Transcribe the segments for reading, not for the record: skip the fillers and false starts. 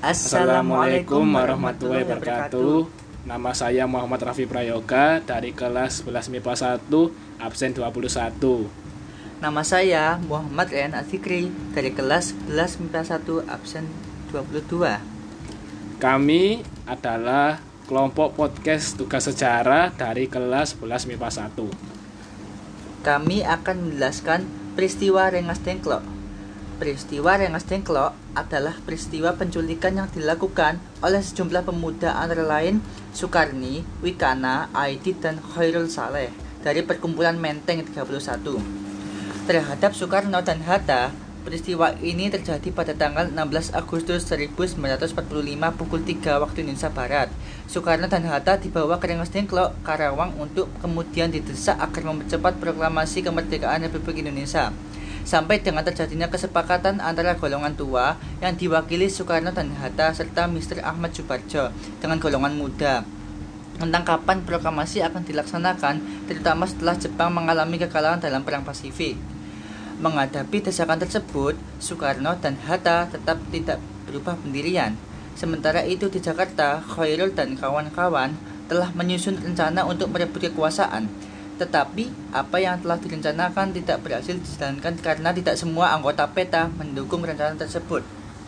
Assalamualaikum warahmatullahi wabarakatuh. Nama saya Muhammad Raffi Prayoga dari kelas 11 MIPA 1, absen 21. Nama saya Muhammad Rian Afikri dari kelas 11 MIPA 1, absen 22. Kami adalah kelompok podcast tugas sejarah dari kelas 11 MIPA 1. Kami akan menjelaskan peristiwa Rengas Dengklok. Peristiwa Rengas Dengklok adalah peristiwa penculikan yang dilakukan oleh sejumlah pemuda antara lain Sukarni, Wikana, Aidit, dan Khairul Saleh dari perkumpulan Menteng 31. Terhadap Soekarno dan Hatta, peristiwa ini terjadi pada tanggal 16 Agustus 1945 pukul 3 waktu Indonesia Barat. Soekarno dan Hatta dibawa ke Rengas Dengklok, Karawang untuk kemudian didesak agar mempercepat proklamasi kemerdekaan Republik Indonesia. Sampai dengan terjadinya kesepakatan antara golongan tua yang diwakili Soekarno dan Hatta serta Mr. Ahmad Subarjo dengan golongan muda tentang kapan proklamasi akan dilaksanakan, terutama setelah Jepang mengalami kekalahan dalam Perang Pasifik. Menghadapi desakan tersebut, Soekarno dan Hatta tetap tidak berubah pendirian. Sementara itu di Jakarta, Khairul dan kawan-kawan telah menyusun rencana untuk merebut kekuasaan. Tetapi apa yang telah direncanakan tidak berhasil dijalankan karena tidak semua anggota PETA mendukung rencana tersebut.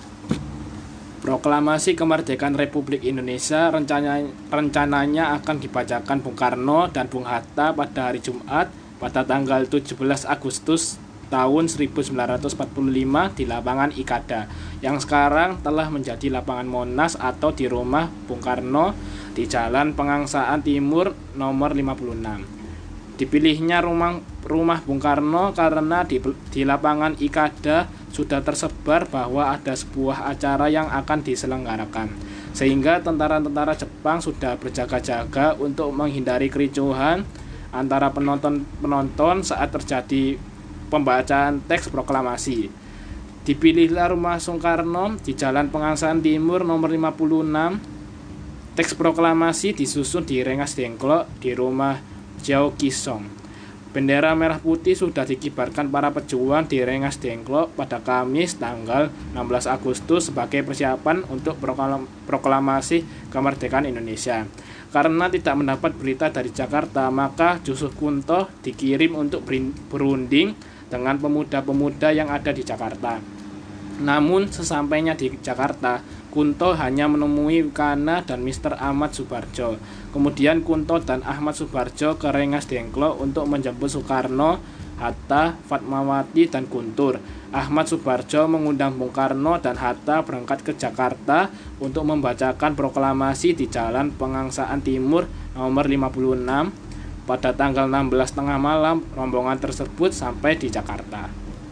Proklamasi kemerdekaan Republik Indonesia rencananya akan dibacakan Bung Karno dan Bung Hatta pada hari Jumat pada tanggal 17 Agustus tahun 1945 di lapangan Ikada yang sekarang telah menjadi lapangan Monas atau di rumah Bung Karno di Jalan Pengangsaan Timur nomor 56. Dipilihnya rumah Bung Karno karena di lapangan Ikada sudah tersebar bahwa ada sebuah acara yang akan diselenggarakan, sehingga tentara-tentara Jepang sudah berjaga-jaga untuk menghindari kericuhan antara penonton saat terjadi pembacaan teks proklamasi. Dipilihlah rumah Soekarno di Jalan Pengangsaan Timur nomor 56. Teks proklamasi disusun di Rengas Dengklok di rumah Jao Kisong. Bendera merah putih sudah dikibarkan para pejuang di Rengas Dengklok pada Kamis tanggal 16 Agustus sebagai persiapan untuk proklamasi kemerdekaan Indonesia. Karena tidak mendapat berita dari Jakarta, maka Yusuf Kunto dikirim untuk berunding dengan pemuda-pemuda yang ada di Jakarta. Namun sesampainya di Jakarta, Kunto hanya menemui Wikana dan Mr. Ahmad Subarjo. Kemudian Kunto dan Ahmad Subarjo ke Rengas Dengklok untuk menjemput Soekarno, Hatta, Fatmawati, dan Guntur. Ahmad Subarjo mengundang Bung Karno dan Hatta berangkat ke Jakarta untuk membacakan proklamasi di Jalan Pengangsaan Timur nomor 56. Pada tanggal 16 tengah malam, rombongan tersebut sampai di Jakarta.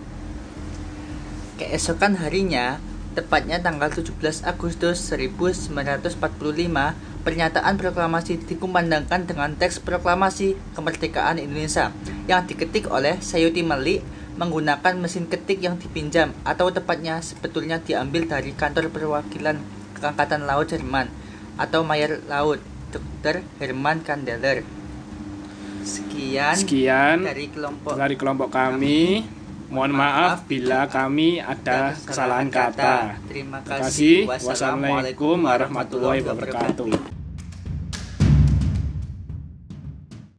Keesokan harinya, tepatnya tanggal 17 Agustus 1945, pernyataan proklamasi dikumandangkan dengan teks proklamasi kemerdekaan Indonesia yang diketik oleh Sayuti Melik menggunakan mesin ketik yang dipinjam atau tepatnya sebetulnya diambil dari kantor perwakilan Angkatan Laut Jerman atau Mayor Laut Dr. Herman Kandeler. Sekian dari kelompok kami. Mohon maaf bila kami ada kesalahan kata. Terima kasih. Wassalamualaikum warahmatullahi wabarakatuh.